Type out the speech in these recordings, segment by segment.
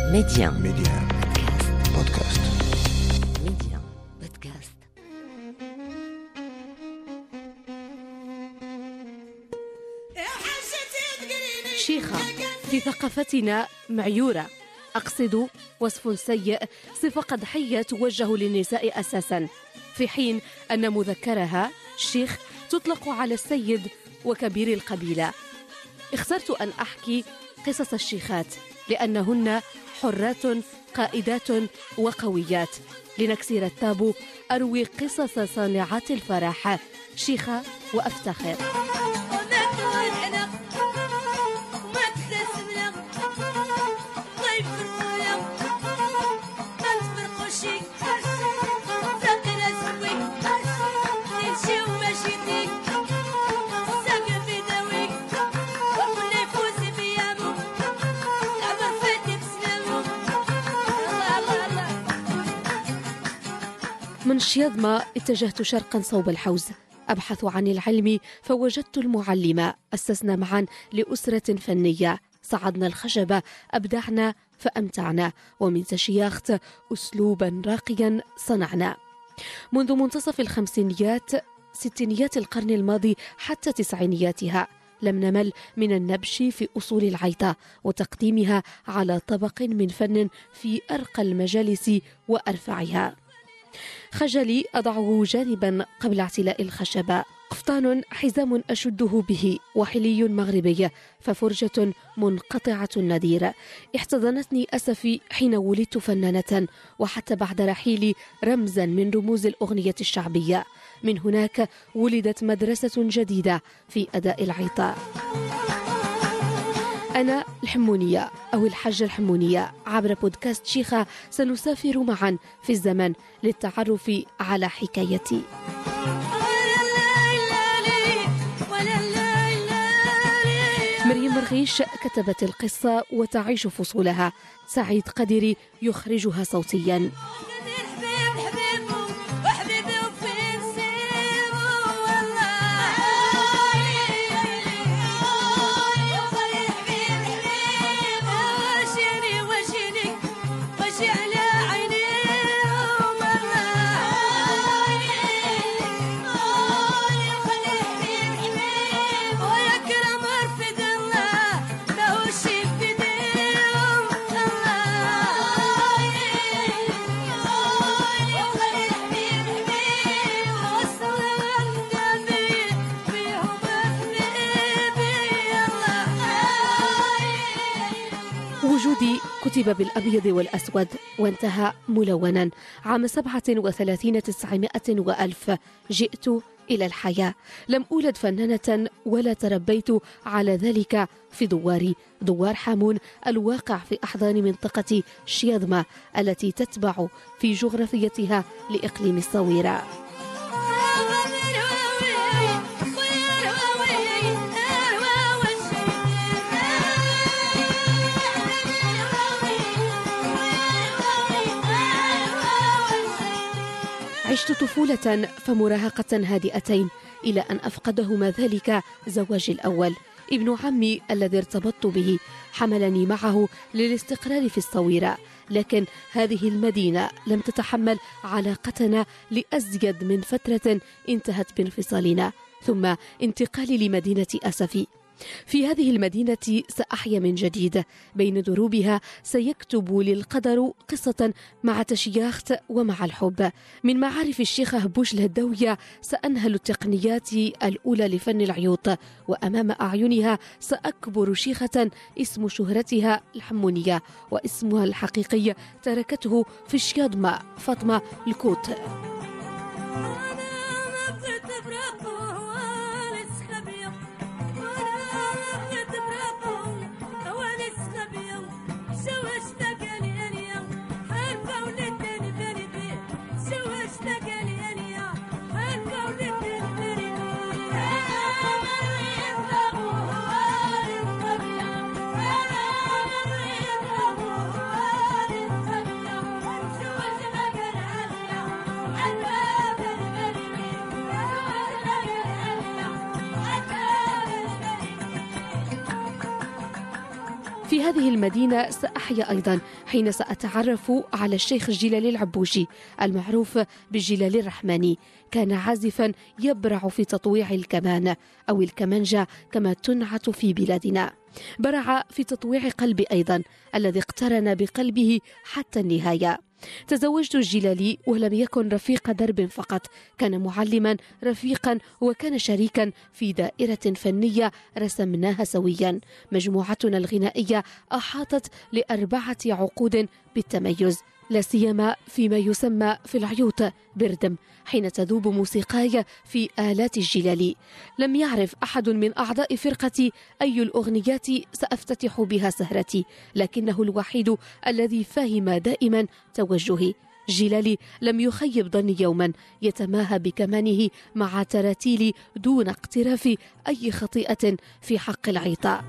Média بودكاست. Média Podcast. شيخة في ثقافتنا معيورة، أقصد وصف سيء، صفة قدحية توجه للنساء أساساً، في حين أن مذكرها شيخ تطلق على السيد وكبير القبيلة. اخترت أن أحكي قصص الشيخات لأنهن حرات قائدات وقويات. لنكسر التابو أروي قصص صانعات الفرح، شيخة وأفتخر. من شياضمة اتجهت شرقا صوب الحوز أبحث عن العلم، فوجدت المعلمة. أسسنا معا لأسرة فنية، صعدنا الخشبة، أبدعنا فأمتعنا، ومن تشياخت أسلوبا راقيا صنعنا. منذ منتصف الخمسينيات ستينيات القرن الماضي حتى تسعينياتها لم نمل من النبش في أصول العيطة وتقديمها على طبق من فن في أرقى المجالس وأرفعها. خجلي أضعه جانبا قبل اعتلاء الخشبة، قفطان حزام أشده به، وحلي مغربي، ففرجة منقطعة النذير. احتضنتني أسفي حين ولدت فنانة، وحتى بعد رحيلي رمزا من رموز الأغنية الشعبية. من هناك ولدت مدرسة جديدة في أداء العطاء. أنا الحمونية أو الحجة الحمونية. عبر بودكاست شيخة سنسافر معا في الزمن للتعرف على حكايتي. مريم مرغيش كتبت القصة وتعيش فصولها، سعيد قدري يخرجها صوتيا. وجودي كتب بالأبيض والأسود وانتهى ملونا. عام 37 900 وألف جئت إلى الحياة. لم أولد فنانة ولا تربيت على ذلك في دوار حامون الواقع في أحضان منطقة شياضمة التي تتبع في جغرافيتها لإقليم الصويرة. عشت طفولة فمراهقة هادئتين إلى أن أفقدهما ذلك زواجي الأول. ابن عمي الذي ارتبطت به حملني معه للاستقرار في الصويرة، لكن هذه المدينة لم تتحمل علاقتنا لأزيد من فترة انتهت بانفصالنا ثم انتقالي لمدينة أسفي. في هذه المدينة سأحيا من جديد، بين دروبها سيكتب للقدر قصة مع تشياخت ومع الحب. من معارف الشيخة بوش الهدوية سأنهل التقنيات الأولى لفن العيوط، وأمام أعينها سأكبر شيخة اسم شهرتها الحمونية، واسمها الحقيقي تركته في الشياضمة، فاطمة الكوت. في هذه المدينة سأحيا أيضا حين سأتعرف على الشيخ الجلالي العبوشي المعروف بالجلالي الرحماني. كان عازفا يبرع في تطويع الكمان أو الكمانجة كما تنعت في بلادنا. برع في تطويع قلبي أيضا الذي اقترن بقلبه حتى النهاية. تزوجت الجلالي ولم يكن رفيق درب فقط، كان معلما رفيقا وكان شريكا في دائرة فنية رسمناها سويا. مجموعتنا الغنائية أحاطت ل4 عقود بالتميز، لا سيما فيما يسمى في العيوط بردم، حين تذوب موسيقاي في آلات الجلالي. لم يعرف أحد من أعضاء فرقتي أي الأغنيات سأفتتح بها سهرتي، لكنه الوحيد الذي فهم دائما توجهي. جلالي لم يخيب ظني يوما، يتماهى بكمانه مع تراتيلي دون اقتراف أي خطيئة في حق العيطاء.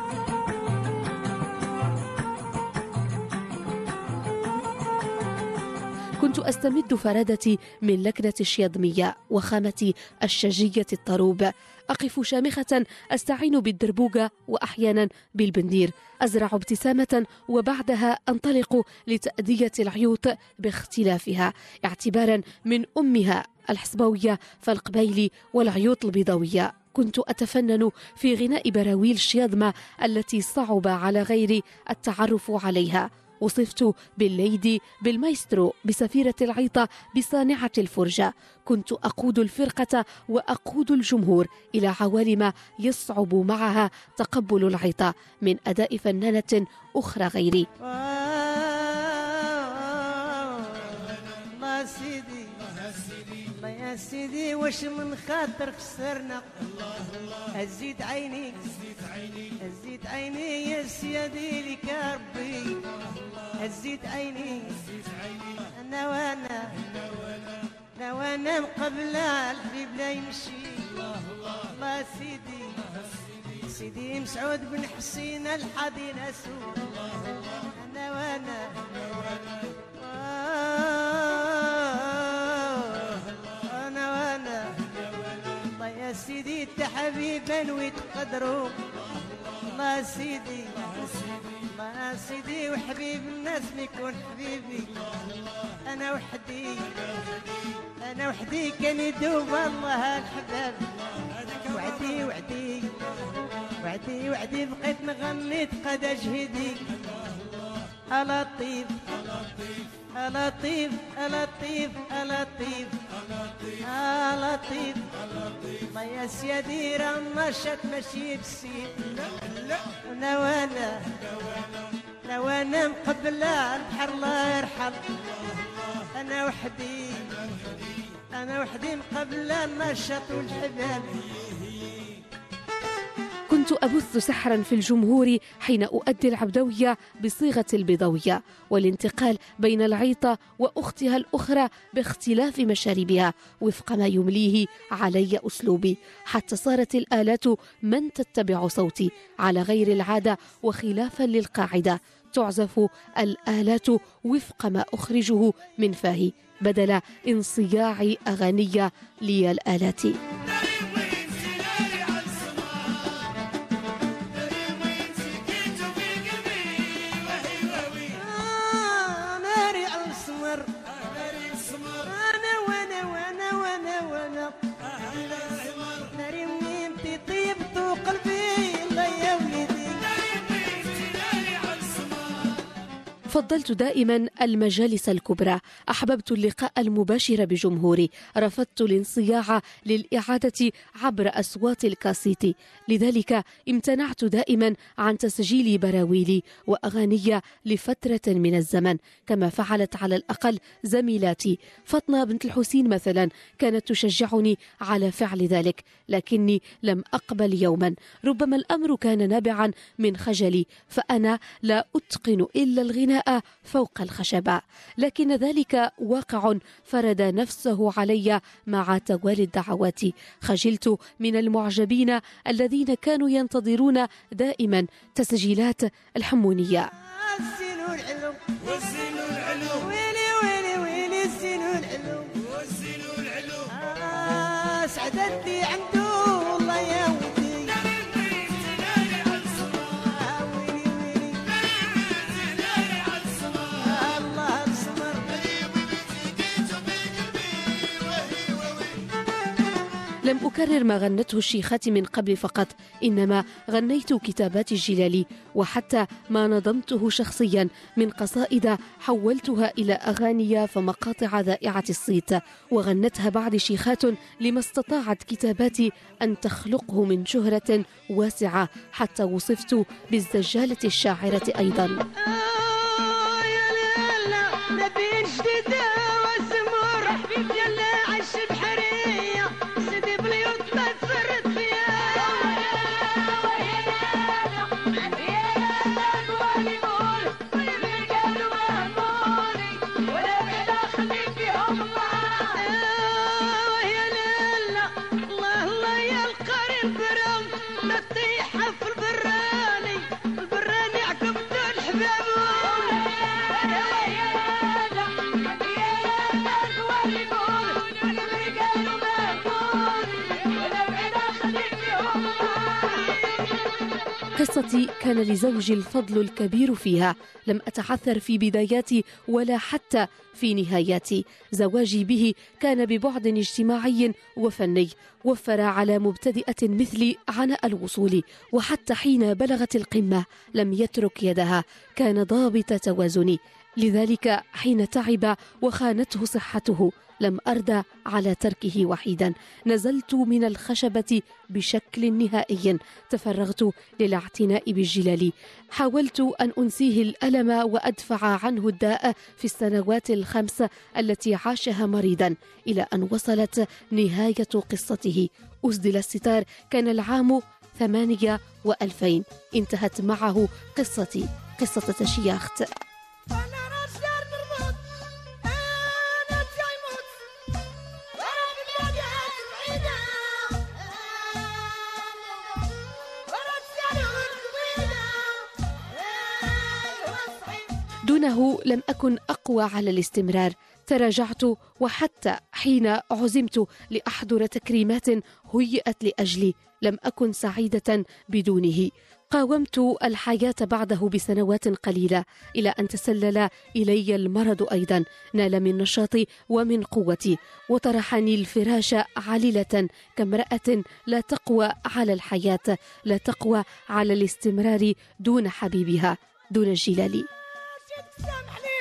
كنت أستمد فرادتي من لكنة الشيضمية وخامة الشجية الطروب. أقف شامخة أستعين بالدربوغة وأحيانا بالبندير، أزرع ابتسامة وبعدها أنطلق لتأدية العيوط باختلافها، اعتبارا من أمها الحسبوية فالقبيلي والعيوط البيضاوية. كنت أتفنن في غناء براويل الشياضمة التي صعب على غيري التعرف عليها. وصفت بالليدي، بالمايسترو، بسفيرة العيطة، بصانعة الفرجة. كنت أقود الفرقة وأقود الجمهور إلى عوالم يصعب معها تقبل العيطة من أداء فنانة أخرى غيري. الله يا سيدي واش من خاطر خسرنا، هزيت عيني هزيت عيني يا سيدي لك يا ربي، هزيت عيني انا وانا مقبل الحبيب لا يمشي. الله سيدي مسعود بن حسين الحاضي ناسو، انا وانا الله يا سيدي تحبيبا ويتقدروا. الله سيدي الله سيدي وحبيب الناس ميكون حبيبي، انا وحدي كان يدوب الله الحباب. وعدي بقيت نغني تقاد جهدي. لطيف لطيف لطيف لطيف لطيف الله يا سيدي راه النشاط ماشي بالسيف. وانا مقبل البحر الله يرحم، انا وحدي مقبل النشاط والحباب. كنت أبث سحرا في الجمهور حين أؤدي العبدوية بصيغة البيضاوية، والانتقال بين العيطة وأختها الأخرى باختلاف مشاربها وفق ما يمليه علي أسلوبي، حتى صارت الآلات من تتبع صوتي على غير العادة وخلافا للقاعدة. تعزف الآلات وفق ما أخرجه من فاهي بدل انصياع أغاني لي الآلات. فضلت دائما المجالس الكبرى، أحببت اللقاء المباشر بجمهوري، رفضت الانصياع للإعادة عبر أصوات الكاسيتي. لذلك امتنعت دائما عن تسجيل براويلي وأغاني لفترة من الزمن، كما فعلت على الأقل زميلاتي. فاطمة بنت الحسين مثلا كانت تشجعني على فعل ذلك، لكني لم أقبل يوما. ربما الأمر كان نابعا من خجلي، فأنا لا أتقن إلا الغناء فوق الخشبة، لكن ذلك واقع فرض نفسه علي مع توالي الدعوات. خجلت من المعجبين الذين كانوا ينتظرون دائما تسجيلات الحمونية. سعدتي عنده الله يا ودي، لم أكرر ما غنته الشيخات من قبل فقط، إنما غنيت كتابات الجلالي، وحتى ما نظمته شخصيا من قصائد حولتها إلى أغاني فمقاطع ذائعة الصيت، وغنتها بعض شيخات لما استطاعت كتاباتي أن تخلقه من شهرة واسعة، حتى وصفت بالزجالة الشاعرة أيضا. قصتي كان لزوجي الفضل الكبير فيها، لم أتعثر في بداياتي ولا حتى في نهاياتي. زواجي به كان ببعد اجتماعي وفني، وفر على مبتدئة مثلي عناء الوصول، وحتى حين بلغت القمة لم يترك يدها، كان ضابط توازني. لذلك حين تعب وخانته صحته لم أرضى على تركه وحيدا، نزلت من الخشبة بشكل نهائي، تفرغت للاعتناء بالجلالي، حاولت أن أنسيه الألم وأدفع عنه الداء في السنوات الخمس التي عاشها مريضا، إلى أن وصلت نهاية قصته. أسدل الستار كان العام 2000، انتهت معه قصتي، قصة تشياخت. دونه لم أكن أقوى على الاستمرار، تراجعت، وحتى حين عزمت لأحضر تكريمات هيئت لأجلي لم أكن سعيدة بدونه. قاومت الحياة بعده بسنوات قليلة، إلى أن تسلل إلي المرض أيضا، نال من نشاطي ومن قوتي، وطرحني الفراش عليلة كامرأة لا تقوى على الحياة، لا تقوى على الاستمرار دون حبيبها، دون الجلالي.